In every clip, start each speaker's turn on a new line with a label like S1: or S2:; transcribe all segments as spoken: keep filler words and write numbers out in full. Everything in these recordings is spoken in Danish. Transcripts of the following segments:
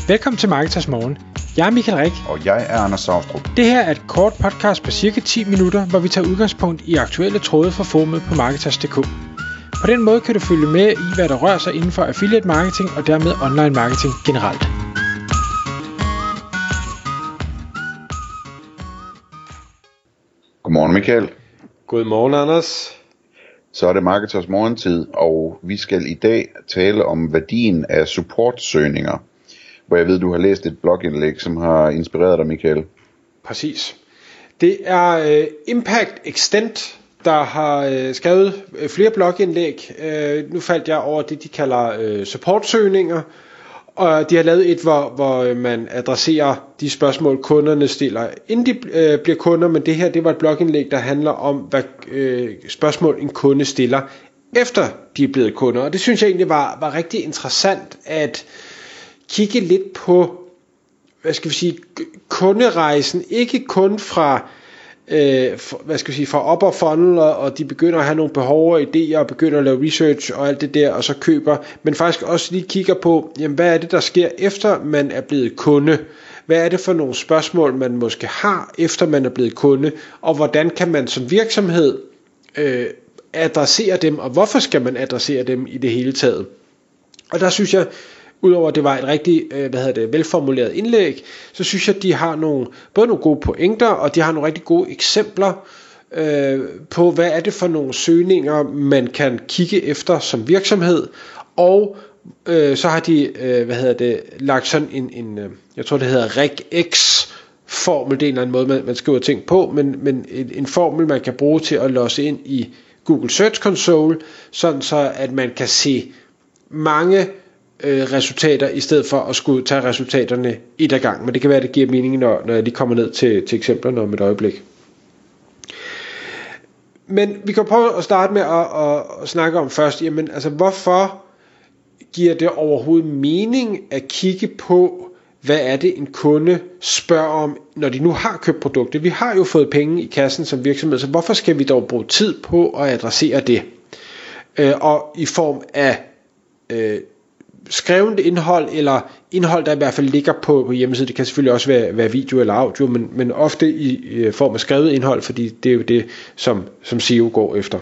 S1: Velkommen til Marketers Morgen. Jeg er Michael Rik.
S2: Og jeg er Anders Saustrup.
S1: Det her er et kort podcast på cirka ti minutter, hvor vi tager udgangspunkt i aktuelle tråde fra forumet på Marketers punktum d k. På den måde kan du følge med i, hvad der rører sig inden for affiliate marketing og dermed online marketing generelt.
S2: Godmorgen Michael.
S3: Godmorgen Anders.
S2: Så er det Marketers morgentid, og vi skal i dag tale om værdien af supportsøgninger. Hvor jeg ved, du har læst et blogindlæg, som har inspireret dig, Michael.
S3: Præcis. Det er uh, Impact Extend, der har uh, skrevet uh, flere blogindlæg. Uh, nu faldt jeg over det, de kalder uh, supportsøgninger. Og de har lavet et, hvor, hvor man adresserer de spørgsmål, kunderne stiller, inden de øh, bliver kunder. Men det her, det var et blogindlæg, der handler om, hvad øh, spørgsmål en kunde stiller, efter de er blevet kunder. Og det synes jeg egentlig var, var rigtig interessant at kigge lidt på, hvad skal vi sige, kunderejsen. Ikke kun fra, øh, hvad skal vi sige, fra upper funnel, og de begynder at have nogle behov og idéer, og begynder at lave research og alt det der, og så køber, men faktisk også lige kigger på, jamen, hvad er det, der sker efter man er blevet kunde? Hvad er det for nogle spørgsmål, man måske har, efter man er blevet kunde, og hvordan kan man som virksomhed øh, adressere dem, og hvorfor skal man adressere dem i det hele taget? Og der synes jeg, udover at det var et rigtig øh, hvad hedder det, velformuleret indlæg, så synes jeg, at de har nogle, både nogle gode pointer, og de har nogle rigtig gode eksempler øh, på, hvad er det for nogle søgninger, man kan kigge efter som virksomhed, og øh, så har de øh, hvad hedder det, lagt sådan en, en øh, jeg tror det hedder regx formel, det er en eller anden måde, man, man skriver ting på, men, men en, en formel, man kan bruge til at logge ind i Google Search Console, sådan så at man kan se mange resultater, i stedet for at skulle tage resultaterne et ad gang. Men det kan være, at det giver mening, når, når jeg lige kommer ned til, til eksemplerne om et øjeblik. Men vi kan prøve at starte med at, at, at snakke om først, jamen, altså, hvorfor giver det overhovedet mening at kigge på, hvad er det en kunde spørger om, når de nu har købt produkter? Vi har jo fået penge i kassen som virksomhed, så hvorfor skal vi dog bruge tid på at adressere det? Øh, og i form af øh, skrevet indhold, eller indhold, der i hvert fald ligger på, på hjemmesiden. Det kan selvfølgelig også være, være video eller audio, men, men ofte i, i form af skrevet indhold, fordi det er jo det, som, som S E O går efter.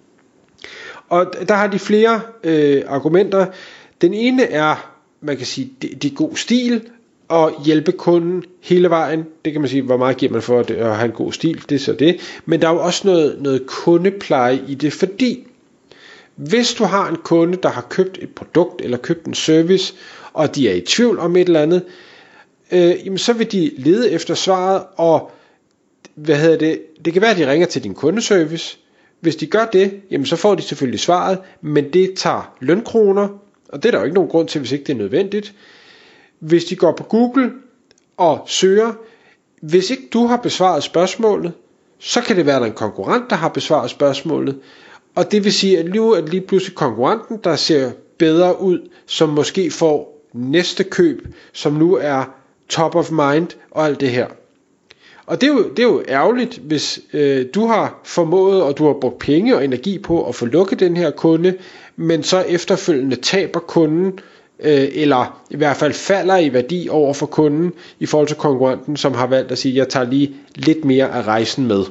S3: Og der har de flere øh, argumenter. Den ene er, man kan sige, det, det er god stil, og hjælpe kunden hele vejen. Det kan man sige, hvor meget giver man for at, at have en god stil, det er så det. Men der er jo også noget, noget kundepleje i det, fordi hvis du har en kunde, der har købt et produkt eller købt en service, og de er i tvivl om et eller andet, øh, jamen så vil de lede efter svaret, og hvad hedder det, det kan være, at de ringer til din kundeservice. Hvis de gør det, jamen så får de selvfølgelig svaret, men det tager lønkroner, og det er der jo ikke nogen grund til, hvis ikke det er nødvendigt. Hvis de går på Google og søger, hvis ikke du har besvaret spørgsmålet, så kan det være, at der er en konkurrent, der har besvaret spørgsmålet. Og det vil sige, at nu er det lige pludselig konkurrenten, der ser bedre ud, som måske får næste køb, som nu er top of mind og alt det her. Og det er jo, det er jo ærgerligt, hvis øh, du har formået, og du har brugt penge og energi på at få lukket den her kunde, men så efterfølgende taber kunden, øh, eller i hvert fald falder i værdi over for kunden, i forhold til konkurrenten, som har valgt at sige, at jeg tager lige lidt mere af rejsen med.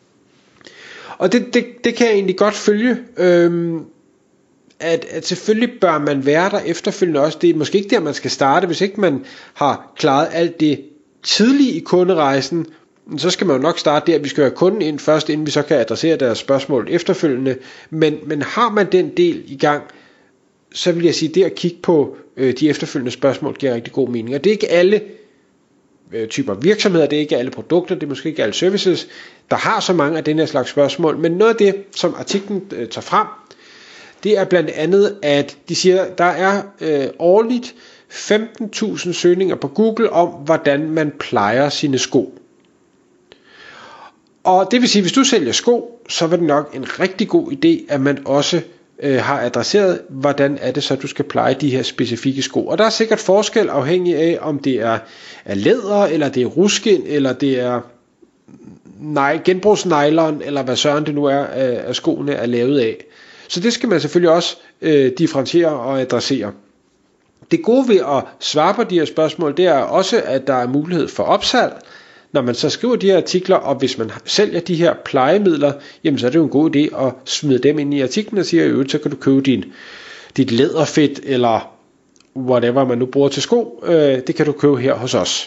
S3: Og det, det, det kan jeg egentlig godt følge, øhm, at, at selvfølgelig bør man være der efterfølgende også. Det er måske ikke der, man skal starte. Hvis ikke man har klaret alt det tidligt i kunderejsen, så skal man jo nok starte der. Vi skal have kunden ind først, inden vi så kan adressere deres spørgsmål efterfølgende. Men, men har man den del i gang, så vil jeg sige, det at kigge på øh, de efterfølgende spørgsmål giver rigtig god mening. Og det er ikke alle typer virksomheder, det er ikke alle produkter, det er måske ikke alle services, der har så mange af den her slags spørgsmål, men noget af det, som artiklen øh, tager frem, det er blandt andet, at de siger, der er øh, årligt femten tusind søgninger på Google om, hvordan man plejer sine sko. Og det vil sige, hvis du sælger sko, så er det nok en rigtig god idé, at man også øh, har adresseret, hvordan er det så, du skal pleje de her specifikke sko. Og der er sikkert forskel afhængig af, om det er, er læder, eller det er ruskin, eller det er nej, genbrugsnylon, eller hvad søren det nu er, at skoene er lavet af. Så det skal man selvfølgelig også øh, differentiere og adressere. Det gode ved at svare på de her spørgsmål, det er også, at der er mulighed for opsalg, når man så skriver de her artikler, og hvis man sælger de her plejemidler, jamen så er det jo en god idé at smide dem ind i artiklen og sige, at så kan du købe din, dit læderfedt, eller whatever man nu bruger til sko, øh, det kan du købe her hos os.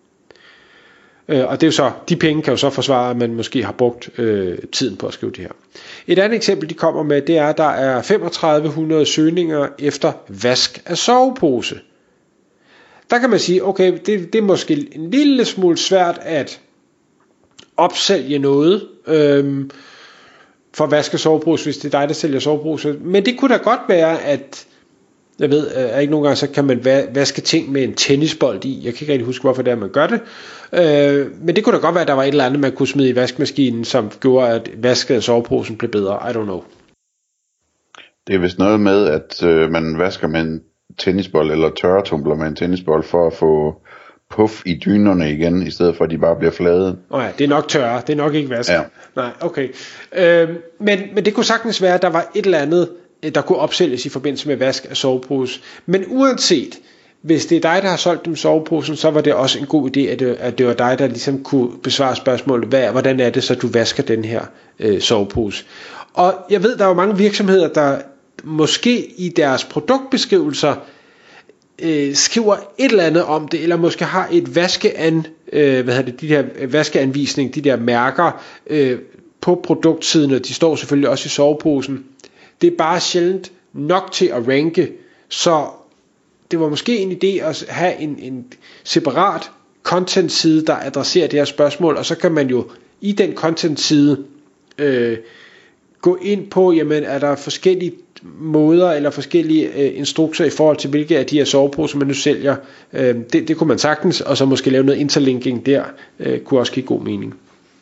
S3: Øh, og det er jo så, de penge kan jo så forsvare, at man måske har brugt øh, tiden på at skrive det her. Et andet eksempel, de kommer med, det er, at der er femogtredive hundrede søgninger efter vask af sovepose. Der kan man sige, okay, det, det er måske en lille smule svært at opsælge noget øh, for vask af sovepose, hvis det er dig, der sælger sovepose. Men det kunne da godt være, at jeg ved, at ikke nogen gange, så kan man vaske ting med en tennisbold i. Jeg kan ikke rigtig huske, hvorfor det er, man gør det. Øh, men det kunne da godt være, at der var et eller andet, man kunne smide i vaskemaskinen, som gjorde, at vasket af soveposen blev bedre. I don't know.
S2: Det er vist noget med, at øh, man vasker med en tennisbold, eller tørretumbler med en tennisbold, for at få puff i dynerne igen, i stedet for, at de bare bliver flade.
S3: Åh oh ja, det er nok tørre. Det er nok ikke vask.
S2: Ja.
S3: Nej, okay. Øh, men, men det kunne sagtens være, at der var et eller andet, der kunne opsælges i forbindelse med vask af sovepose. Men uanset, hvis det er dig, der har solgt dem soveposen, så var det også en god idé, at det, at det var dig, der ligesom kunne besvare spørgsmålet, hvad, hvordan er det så, du vasker den her øh, sovepose. Og jeg ved, der er jo mange virksomheder, der måske i deres produktbeskrivelser øh, skriver et eller andet om det, eller måske har et vaskean, øh, hvad hedder det, de der vaskeanvisning, de der mærker øh, på produktsiden, og de står selvfølgelig også i soveposen. Det er bare sjældent nok til at ranke, så det var måske en idé at have en, en separat content-side, der adresserer det her spørgsmål, og så kan man jo i den content-side øh, gå ind på, jamen er der forskellige måder eller forskellige øh, instrukser i forhold til, hvilke af de her soveposer man nu sælger. Øh, det, det kunne man sagtens, og så måske lave noget interlinking der, øh, kunne også give god mening.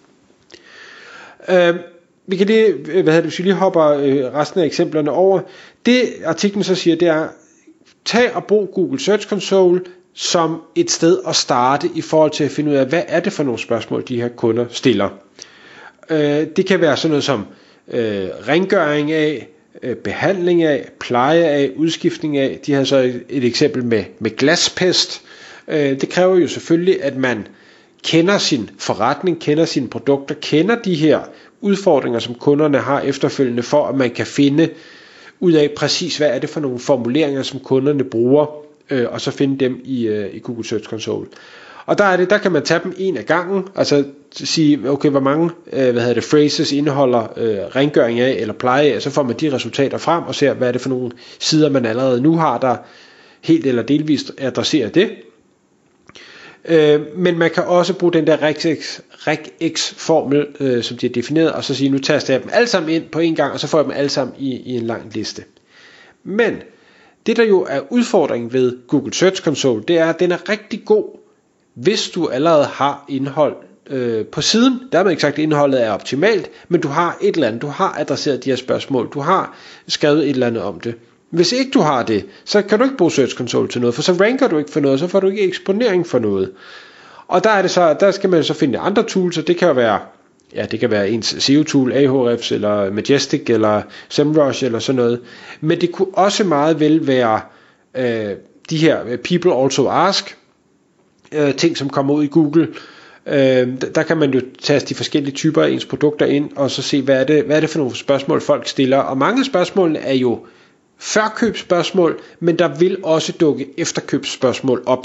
S3: Øh, Vi kan lige, hvad hedder det, hvis vi lige hopper øh, resten af eksemplerne over. Det artiklen så siger, det er, tag og brug Google Search Console som et sted at starte i forhold til at finde ud af, hvad er det for nogle spørgsmål, de her kunder stiller. Øh, det kan være sådan noget som øh, rengøring af, øh, behandling af, pleje af, udskiftning af. De har så et, et eksempel med, med glaspest. Øh, det kræver jo selvfølgelig, at man kender sin forretning, kender sine produkter, kender de her udfordringer, som kunderne har efterfølgende, for at man kan finde ud af præcis, hvad er det for nogle formuleringer, som kunderne bruger, øh, og så finde dem i, øh, i Google Search Console. Og der er det, der kan man tage dem en af gangen, altså sige, okay, hvor mange øh, hvad hedder det, phrases indeholder øh, rengøring af eller pleje af, så får man de resultater frem og ser, hvad er det for nogle sider, man allerede nu har, der helt eller delvist adresserer det. Øh, men man kan også bruge den der regx-formel, øh, som de har defineret, og så sige, nu taster jeg dem alle sammen ind på en gang, og så får jeg dem alle sammen i, i en lang liste. Men det der jo er udfordringen ved Google Search Console, det er, at den er rigtig god, hvis du allerede har indhold øh, på siden. Der er man ikke sagt, at indholdet er optimalt, men du har et eller andet, du har adresseret de her spørgsmål, du har skrevet et eller andet om det. Hvis ikke du har det, så kan du ikke bruge Search Console til noget, for så ranker du ikke for noget, så får du ikke eksponering for noget. Og der er det så, der skal man så finde andre tools, og det kan jo være, ja, det kan være ens S E O-tool, Ahrefs, eller Majestic, eller SEMrush, eller sådan noget. Men det kunne også meget vel være øh, de her People Also Ask, øh, ting som kommer ud i Google. Øh, der kan man jo tage de forskellige typer af ens produkter ind, og så se, hvad er det, hvad er det for nogle spørgsmål, folk stiller. Og mange af spørgsmålene er jo førkøbsspørgsmål, men der vil også dukke efterkøbsspørgsmål op.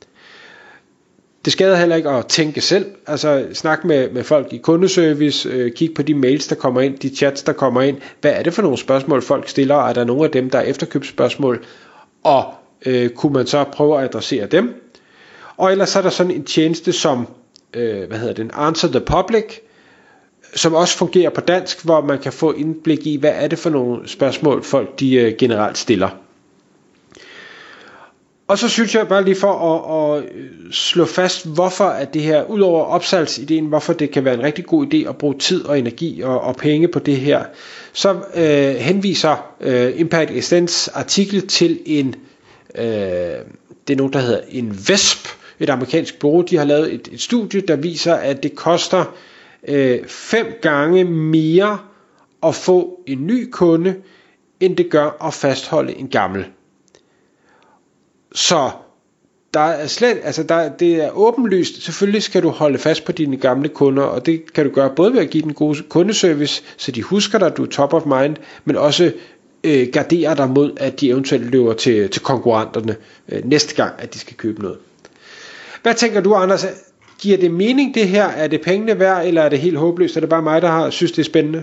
S3: Det skader heller ikke at tænke selv, altså snak med, med folk i kundeservice, øh, kig på de mails, der kommer ind, de chats, der kommer ind. Hvad er det for nogle spørgsmål, folk stiller? Er der nogle af dem, der er efterkøbsspørgsmål? Og øh, kunne man så prøve at adressere dem? Og ellers er der sådan en tjeneste som, øh, hvad hedder den, Answer the Public, som også fungerer på dansk, hvor man kan få indblik i, hvad er det for nogle spørgsmål, folk de øh, generelt stiller. Og så synes jeg bare lige for at, at slå fast, hvorfor at det her, udover opsalgsideen, hvorfor det kan være en rigtig god idé at bruge tid og energi og, og penge på det her, så øh, henviser øh, Impact Extends artikel til en, øh, det er nogen, der hedder en V E S P, et amerikansk bureau. De har lavet et, et studie, der viser, at det koster øh, fem gange mere at få en ny kunde, end det gør at fastholde en gammel. Så der er slet, altså der, det er åbenlyst. Selvfølgelig skal du holde fast på dine gamle kunder, og det kan du gøre både ved at give den gode kundeservice, så de husker dig, du er top of mind, men også øh, gardere dig mod, at de eventuelt løber til, til konkurrenterne øh, næste gang, at de skal købe noget. Hvad tænker du, Anders? Giver det mening det her? Er det pengene værd, eller er det helt håbløst? Er det bare mig, der har synes det er spændende?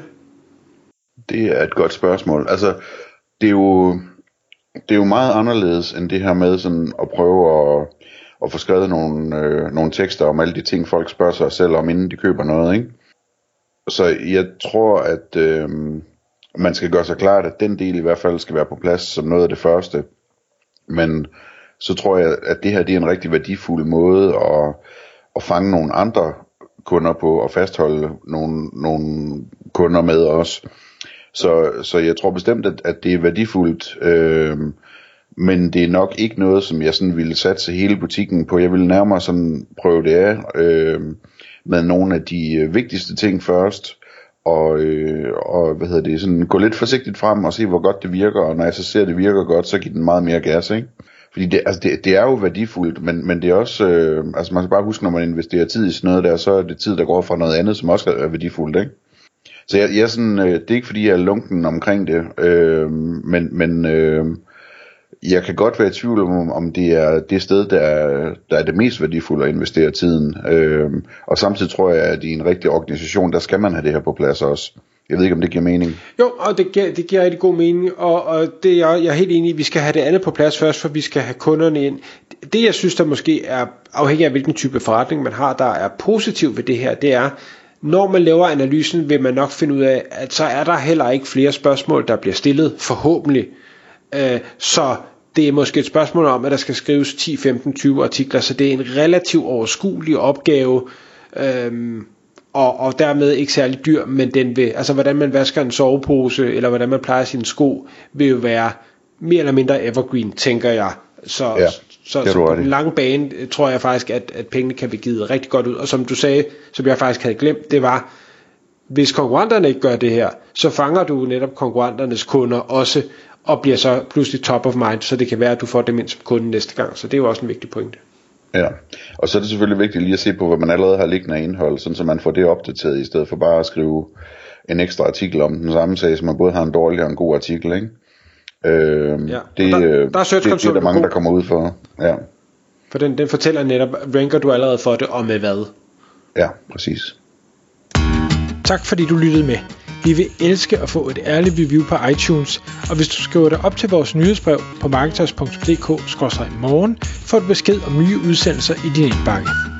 S2: Det er et godt spørgsmål. Altså, det er jo det er jo meget anderledes end det her med sådan at prøve at, at få skrevet nogle, øh, nogle tekster om alle de ting, folk spørger sig selv om, inden de køber noget, ikke? Så jeg tror, at øh, man skal gøre sig klart, at den del i hvert fald skal være på plads som noget af det første. Men så tror jeg, at det her det er en rigtig værdifuld måde at, at fange nogle andre kunder på og fastholde nogle, nogle kunder med os. Så, så jeg tror bestemt, at, at det er værdifuldt, øh, men det er nok ikke noget, som jeg sådan ville satse hele butikken på. Jeg vil nærmere sådan prøve det af øh, med nogle af de vigtigste ting først, og, øh, og hvad hedder det, sådan gå lidt forsigtigt frem og se, hvor godt det virker, og når jeg så ser, at det virker godt, så giver den meget mere gas, ikke? Fordi det, altså det, det er jo værdifuldt, men, men det er også, øh, altså man skal bare huske, når man investerer tid i sådan noget der, så er det tid, der går fra noget andet, som også er værdifuldt, ikke? Så jeg, jeg er sådan, øh, det er ikke fordi jeg er lunken omkring det, øh, men, men øh, jeg kan godt være i tvivl om, om det er det sted, der er, der er det mest værdifulde at investere tiden. Øh, og samtidig tror jeg, at i en rigtig organisation, der skal man have det her på plads også. Jeg ved ikke, om det giver mening.
S3: Jo, og det giver, det giver rigtig god mening, og, og det er, jeg er helt enig i, vi skal have det andet på plads først, for vi skal have kunderne ind. Det jeg synes, der måske er afhængig af, hvilken type forretning man har, der er positivt ved det her, det er, når man laver analysen, vil man nok finde ud af, at så er der heller ikke flere spørgsmål, der bliver stillet, forhåbentlig. Øh, så det er måske et spørgsmål om, at der skal skrives ti, femten, tyve artikler, så det er en relativt overskuelig opgave, øh, og, og dermed ikke særlig dyr, men den vil, altså hvordan man vasker en sovepose, eller hvordan man plejer sine sko, vil jo være mere eller mindre evergreen, tænker jeg. Så,
S2: ja,
S3: så, så på den lange bane tror jeg faktisk, at, at pengene kan blive givet rigtig godt ud. Og som du sagde, som jeg faktisk havde glemt, det var, hvis konkurrenterne ikke gør det her, så fanger du netop konkurrenternes kunder også, og bliver så pludselig top of mind, så det kan være, at du får dem ind som kunde næste gang. Så det er jo også en vigtig pointe.
S2: Ja, og så er det selvfølgelig vigtigt lige at se på, hvad man allerede har liggende af indhold, sådan så man får det opdateret, i stedet for bare at skrive en ekstra artikel om den samme sag, så man både har en dårlig og en god artikel, ikke? Øh,
S3: ja.
S2: det,
S3: der, der er
S2: det, det er der mange, der kommer ud for. Ja.
S3: For den, den fortæller netop, ranker du allerede for det, og med hvad?
S2: Ja, præcis.
S1: Tak fordi du lyttede med. Vi vil elske at få et ærligt review på iTunes, og hvis du skriver dig op til vores nyhedsbrev på marketers punktum d k skråstreg morgen, får du besked om nye udsendelser i din indbakke.